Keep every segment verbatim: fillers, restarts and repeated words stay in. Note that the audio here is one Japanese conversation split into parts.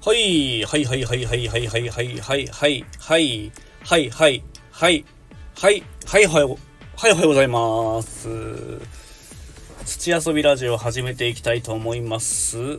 はい、はい、はい、はい、はい、はい、はい、はい、はい、はい、はい、はい、はい、はい、はい、はい、はい、はい、はい、おはようございます。土遊びラジオを始めていきたいと思います。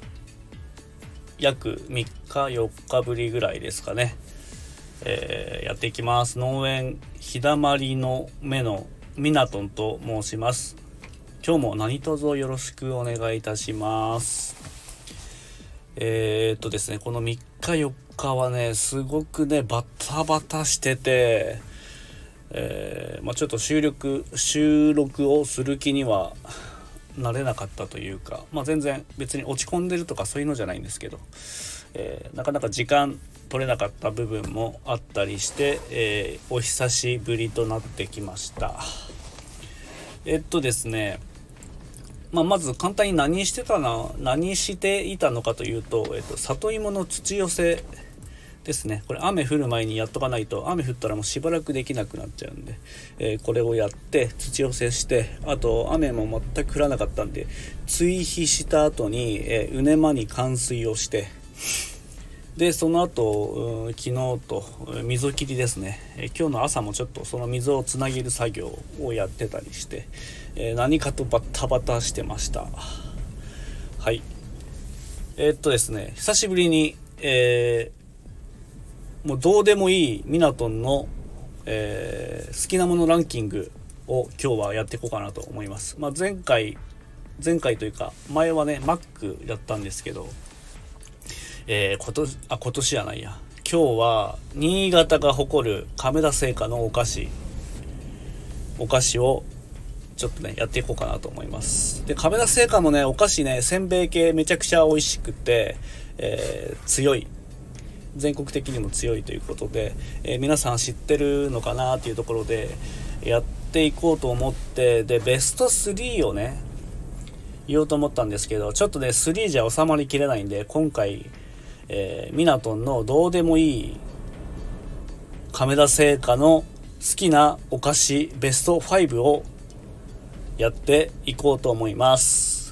約みっか、よっかぶりぐらいですかね。えー、やっていきます。農園日だまりの目のミナトンと申します。今日も何卒よろしくお願いいたします。えー、っとですねこのみっかよっかはねすごくねバタバタしてて、えーまあ、ちょっと収録収録をする気にはなれなかったというか、まあ、全然別に落ち込んでるとかそういうのじゃないんですけど、えー、なかなか時間取れなかった部分もあったりして、えー、お久しぶりとなってきました。えっとですねまあ、まず簡単に何してたな何していたのかというと、えっと、里芋の土寄せですね。これ雨降る前にやっとかないと雨降ったらもうしばらくできなくなっちゃうんで、えー、これをやって土寄せして、あと雨も全く降らなかったんで追肥した後に、えー、畝間に灌水をして、でその後、うん、昨日と溝切りですね、えー、今日の朝もちょっとその溝をつなげる作業をやってたりして、えー、何かとバタバタしてました。はいえー、っとですね久しぶりに、えー、もうどうでもいいミナトンの、えー、好きなものランキングを今日はやっていこうかなと思います。まあ、前回前回というか前はねマックやったんですけど、えー、今年あ今年やないや今日は新潟が誇る亀田製菓のお菓子お菓子をちょっとねやっていこうかなと思います。で亀田製菓もねお菓子ねせんべい系めちゃくちゃ美味しくて、えー、強い全国的にも強いということで、えー、皆さん知ってるのかなっていうところでやっていこうと思って、でベストスリーをね言おうと思ったんですけど、ちょっとねスリーじゃ収まりきれないんで今回、えー、ミナトンのどうでもいい亀田製菓の好きなお菓子ベストファイブをやっていこうと思います。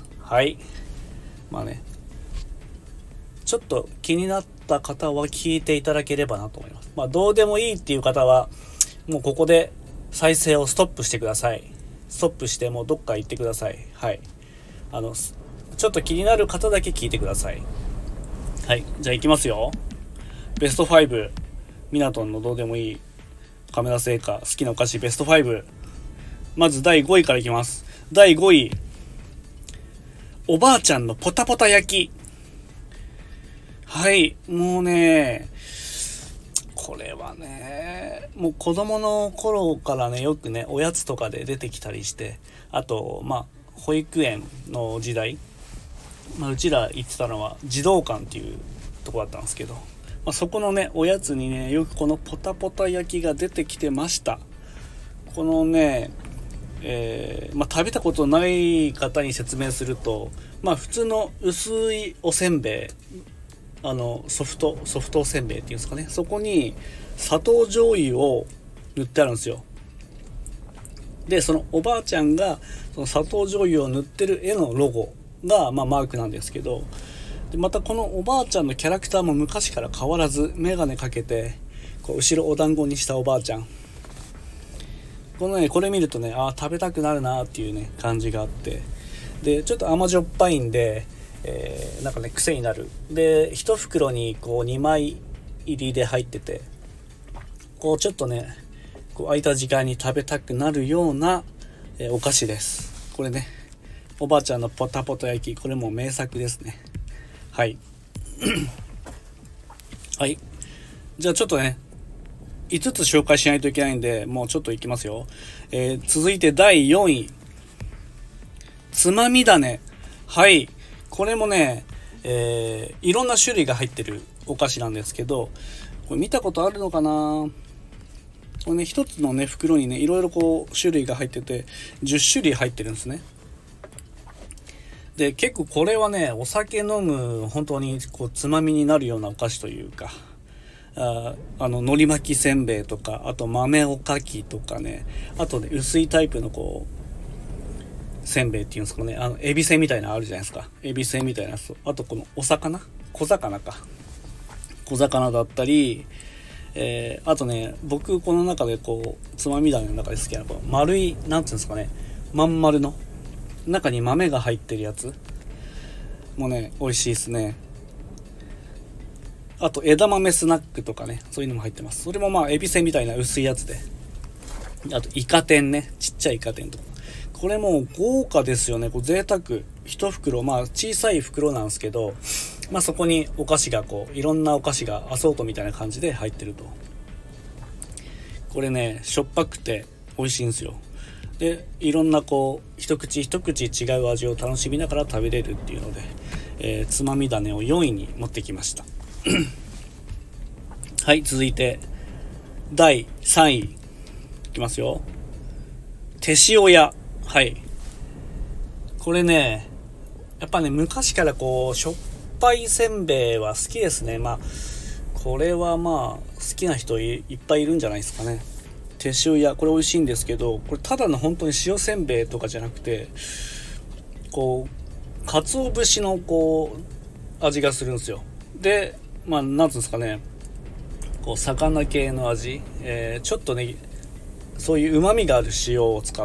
はいまあねちょっと気になった方は聞いていただければなと思います。まあどうでもいいっていう方はもうここで再生をストップしてください。ストップしてもうどっか行ってください。はいあのちょっと気になる方だけ聞いてください。はいじゃあ行きますよ。ベストファイブミナトンのどうでもいい亀田製菓好きなお菓子ベストファイブ、まずだいごいからいきます。だいごいおばあちゃんのポタポタ焼き。はいもうねこれはねもう子供の頃からねよくねおやつとかで出てきたりして、あとまあ保育園の時代、まあ、うちら行ってたのは児童館っていうとこだったんですけど、まあ、そこのねおやつにねよくこのポタポタ焼きが出てきてました。このねえーまあ、食べたことない方に説明すると、まあ、普通の薄いおせんべいあのソフトソフトおせんべいっていうんですかね、そこに砂糖醤油を塗ってあるんですよ。でそのおばあちゃんがその砂糖醤油を塗ってる絵のロゴが、まあ、マークなんですけど、でまたこのおばあちゃんのキャラクターも昔から変わらず眼鏡かけてこう後ろお団子にしたおばあちゃん、このねこれ見るとねあ食べたくなるなっていうね感じがあって、でちょっと甘じょっぱいんで、えー、なんかね癖になる。で一袋にこうにまい入りで入ってて、こうちょっとねこう空いた時間に食べたくなるような、えー、お菓子です。これねおばあちゃんのポタポタ焼き、これも名作ですね。はいはいじゃあちょっとねいつつ紹介しないといけないんでもうちょっといきますよ。えー、続いてだいよんいつまみ種。はいこれもね、えー、いろんな種類が入ってるお菓子なんですけど、これ見たことあるのかな。これね一つのね袋にねいろいろこう種類が入っててじゅっしゅるい入ってるんですね。で結構これはねお酒飲む本当にこうつまみになるようなお菓子というか、ああの海苔巻きせんべいとか、あと豆おかきとかね、あとね薄いタイプのこうせんべいっていうんですかね、あのエビせんみたいなのあるじゃないですか、エビせんみたいなやつ、あとこのお魚小魚か小魚だったり、えー、あとね僕この中でこうつまみ種の中で好きなのは丸いなんていうんですかね、まん丸の中に豆が入ってるやつもね美味しいですね。あと枝豆スナックとかね、そういうのも入ってます。それもまあエビせんみたいな薄いやつで、あとイカ天ね、ちっちゃいイカ天とか、これも豪華ですよね。こう贅沢一袋、まあ小さい袋なんですけど、まあそこにお菓子がこういろんなお菓子がアソートみたいな感じで入ってると。これねしょっぱくて美味しいんですよ。でいろんなこう一口一口違う味を楽しみながら食べれるっていうので、えー、つまみ種をよんいに持ってきましたはい、続いてだいさんいいきますよ。手塩屋。はい、これねやっぱね昔からこうしょっぱいせんべいは好きですね。まあこれはまあ好きな人 い, いっぱいいるんじゃないですかね。手塩屋これ美味しいんですけど、これただの本当に塩せんべいとかじゃなくて、こう鰹節のこう味がするんですよ。でまあなんつうんですかね、こう魚系の味、えー、ちょっとねそういう旨味がある塩を使って、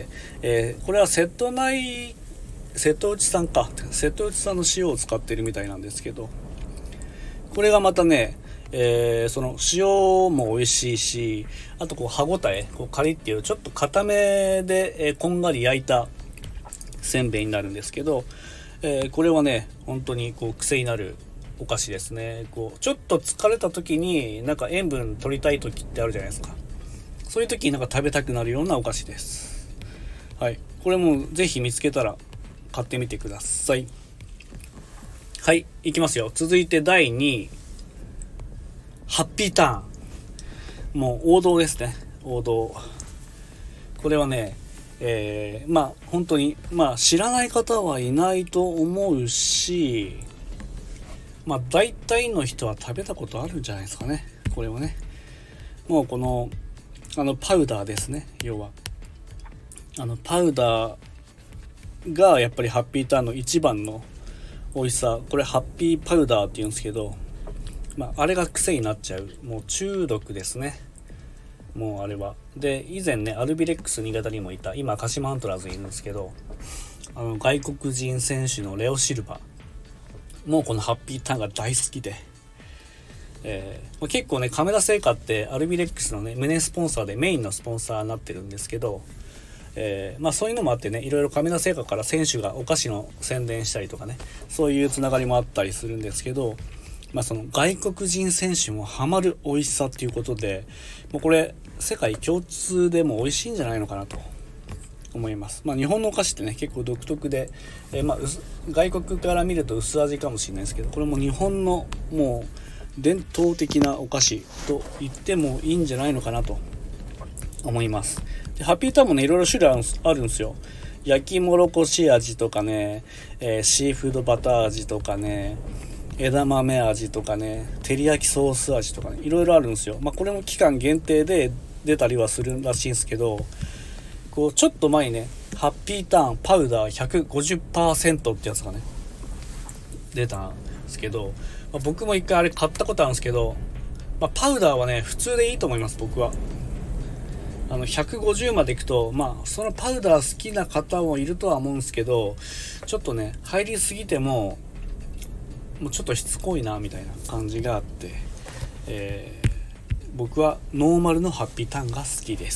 えー、これは瀬戸内瀬戸内産か瀬戸内産の塩を使ってるみたいなんですけど、これがまたね、えー、その塩も美味しいし、あとこう歯ごたえこうカリッっていうちょっと固めで、えー、こんがり焼いたせんべいになるんですけど、えー、これはね本当にこう癖になるお菓子ですね。こうちょっと疲れた時になんか塩分取りたい時ってあるじゃないですか。そういう時になんか食べたくなるようなお菓子です。はい、これもぜひ見つけたら買ってみてください。はい、いきますよ。続いてだいにい、ハッピーターン。もう王道ですね。王道。これはね、えー、まあ本当にまあ知らない方はいないと思うし、まあ大体の人は食べたことあるんじゃないですかね。これはね、もうこのあのパウダーですね。要はあのパウダーがやっぱりハッピーターンの一番の美味しさ。これハッピーパウダーって言うんですけど、まあ、あれが癖になっちゃう、もう中毒ですね。もうあれはで、以前ねアルビレックス新潟にもいた、今鹿島アントラーズにいるんですけど、あの外国人選手のレオシルバもうこのハッピーターンが大好きで、えー、結構ね亀田製菓ってアルビレックスのね胸スポンサーでメインのスポンサーになってるんですけど、えー、まあそういうのもあってね、いろいろ亀田製菓から選手がお菓子の宣伝したりとかね、そういうつながりもあったりするんですけど、まあその外国人選手もハマる美味しさっていうことで、もうこれ世界共通でも美味しいんじゃないのかなと思います。まあ日本のお菓子ってね結構独特で、えー、まあ外国から見ると薄味かもしれないですけど、これも日本のもう伝統的なお菓子と言ってもいいんじゃないのかなと思います。でハッピーターンもねいろいろ種類あるんですよ。焼きもろこし味とかね、えー、シーフードバター味とかね、枝豆味とかね、照り焼きソース味とかね、いろいろあるんですよ。まあこれも期間限定で出たりはするらしいんですけど、こうちょっと前にねハッピーターンパウダー ひゃくごじゅっパーセント ってやつがね出たんですけど、まあ、僕も一回あれ買ったことあるんですけど、まあ、パウダーはね普通でいいと思います。僕はあのひゃくごじゅうまでいくと、まあそのパウダー好きな方もいるとは思うんですけど、ちょっとね入りすぎてももうちょっとしつこいなみたいな感じがあって、えー、僕はノーマルのハッピーターンが好きです。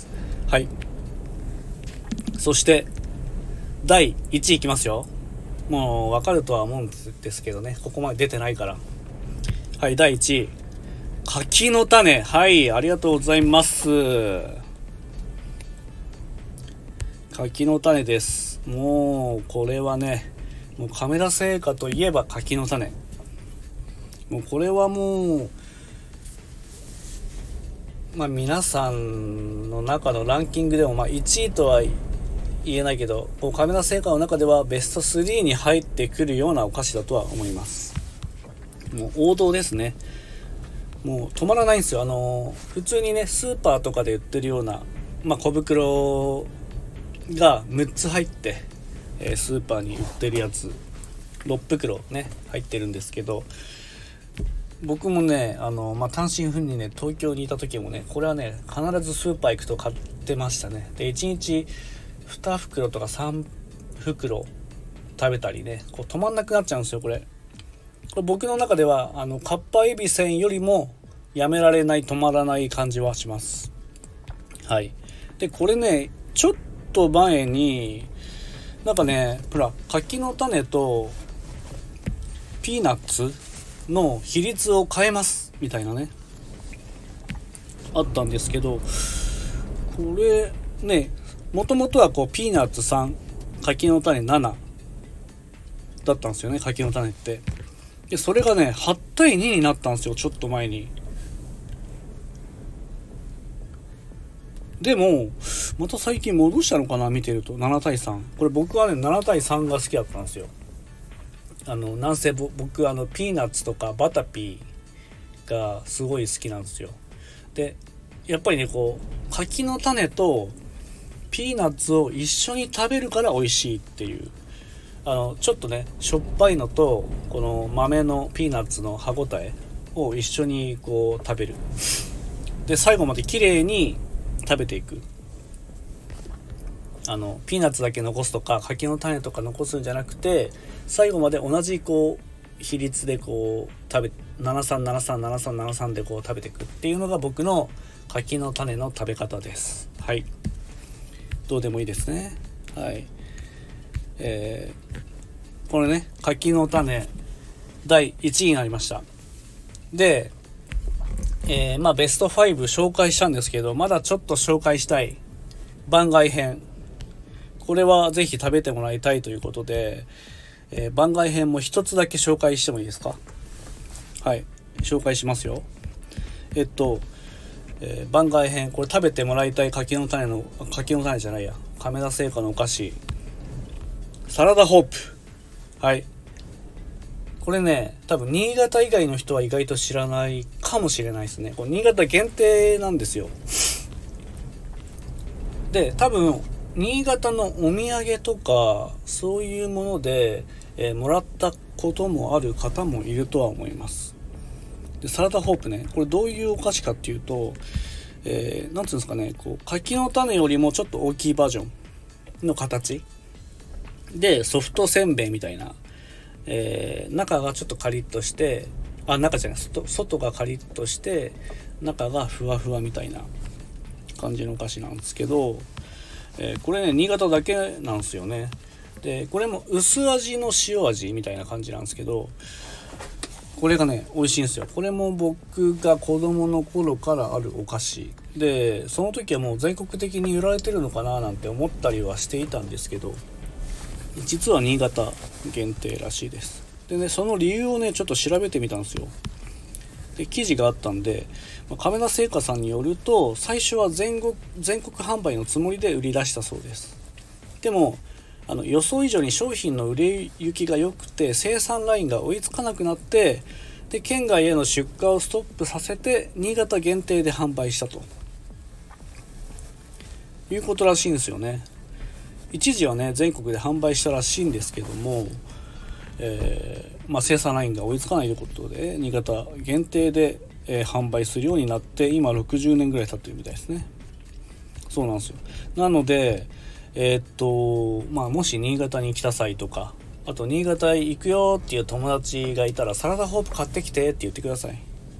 はい、そしてだいいちいいきますよ。もう分かるとは思うんですけどね、ここまで出てないから。はい、だいいちい、柿の種。はい、ありがとうございます。柿の種です。もうこれはね、もう亀田製菓といえば柿の種。もうこれはもうまあ皆さんの中のランキングでもまあいちいとは言えないけど、こう亀田製菓の中ではベストスリーに入ってくるようなお菓子だとは思います。もう王道ですね。もう止まらないんですよ。あの普通にねスーパーとかで売ってるような、まあ、小袋がむっつ入って、えー、スーパーに売ってるやつろく袋ね入ってるんですけど、 僕もね、あの、まあ、単身赴任で東京にいた時もね、これはね、必ずスーパー行くと買ってましたね。で、いちにちに袋とかさん袋食べたりね、こう止まんなくなっちゃうんですよ、これ。これ僕の中では、あの、かっぱえびせんよりもやめられない、止まらない感じはします。はい。で、これね、ちょっと前に、なんかね、ほら、柿の種とピーナッツの比率を変えますみたいなねあったんですけど、これね、もともとはこうピーナッツさん、柿の種ななだったんですよね、柿の種って。でそれがねはちたいにになったんですよ、ちょっと前に。でもまた最近戻したのかな、見てるとななたいさん。これ僕はねななたいさんが好きだったんですよ。あのなんせ僕あのピーナッツとかバタピーがすごい好きなんですよ。でやっぱりね、こう柿の種とピーナッツを一緒に食べるから美味しいっていう、あのちょっとねしょっぱいのとこの豆のピーナッツの歯ごたえを一緒にこう食べる。で最後まで綺麗に食べていく。あのピーナッツだけ残すとか柿の種とか残すんじゃなくて、最後まで同じこう比率でこう食べななさんななさんななさんななさんでこう食べていくっていうのが僕の柿の種の食べ方です。はい、どうでもいいですね。はい、えー、これね柿の種だいいちいになりました。で、えー、まあベストご紹介したんですけど、まだちょっと紹介したい番外編、これはぜひ食べてもらいたいということで、えー、番外編も一つだけ紹介してもいいですか？はい、紹介しますよ。えっと、えー、番外編、これ食べてもらいたい柿の種の柿の種じゃないや亀田製菓のお菓子、サラダホープ。はい、これね多分新潟以外の人は意外と知らないかもしれないですね。これ新潟限定なんですよ。で多分新潟のお土産とかそういうもので、えー、もらったこともある方もいるとは思います。でサラダホープね、これどういうお菓子かっていうと、えー、なんていうんですかね、こう柿の種よりもちょっと大きいバージョンの形でソフトせんべいみたいな、えー、中がちょっとカリッとして、あ中じゃない 外, 外がカリッとして中がふわふわみたいな感じのお菓子なんですけど、えー、これね新潟だけなんですよね。でこれも薄味の塩味みたいな感じなんですけど、これがね美味しいんですよ。これも僕が子供の頃からあるお菓子で、その時はもう全国的に売られてるのかななんて思ったりはしていたんですけど、実は新潟限定らしいです。でねその理由をねちょっと調べてみたんですよ。で記事があったんで、亀田製菓さんによると最初は全国全国販売のつもりで売り出したそうです。でもあの予想以上に商品の売れ行きが良くて生産ラインが追いつかなくなって、で県外への出荷をストップさせて新潟限定で販売したということらしいんですよね。一時はね全国で販売したらしいんですけども、えーまあ、生産ラインが追いつかないということで新潟限定で、えー、販売するようになって今ろくじゅうねんぐらい経ってるみたいですね。そうなんですよ。なのでえー、っとまあもし新潟に来た際とか、あと新潟行くよっていう友達がいたらサラダホープ買ってきてって言ってください。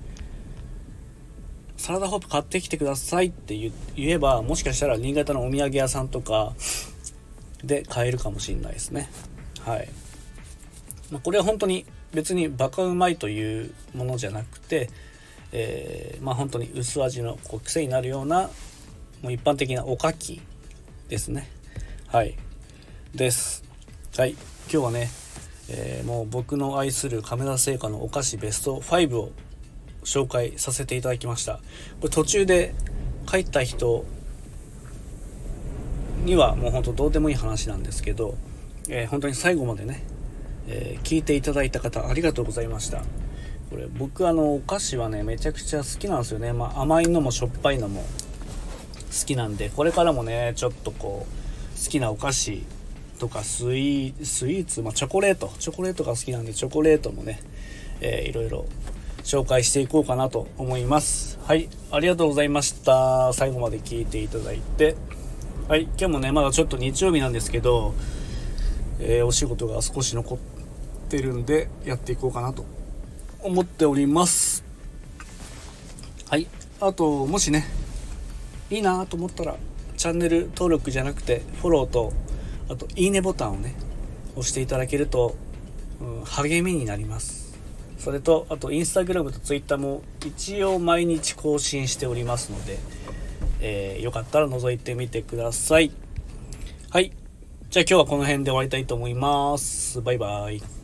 サラダホープ買ってきてくださいって言えば、もしかしたら新潟のお土産屋さんとかで買えるかもしれないですね。はい、まあ、これは本当に別にバカうまいというものじゃなくて、えー、まあ本当に薄味のこう癖になるようなもう一般的なおかきですね。はいですはい今日はね、えー、もう僕の愛する亀田製菓のお菓子ベストごを紹介させていただきました。これ途中で帰った人にはもう本当どうでもいい話なんですけど、えー、本当に最後までね、えー、聞いていただいた方ありがとうございました。これ僕あのお菓子はねめちゃくちゃ好きなんですよね。まあ甘いのもしょっぱいのも好きなんで、これからもねちょっとこう好きなお菓子とかスイ、スイーツ、まあ、チョコレートチョコレートが好きなんでチョコレートもね、えー、いろいろ紹介していこうかなと思います。はい、ありがとうございました。最後まで聞いていただいて。はい、今日もねまだちょっと日曜日なんですけど、えー、お仕事が少し残ってるんでやっていこうかなと思っております。はい、あともしねいいなと思ったらチャンネル登録じゃなくてフォローと、あといいねボタンをね押していただけると、うん、励みになります。それとあとインスタグラムとツイッターも一応毎日更新しておりますので、えー、よかったら覗いてみてください。はい、じゃあ今日はこの辺で終わりたいと思います。バイバイ。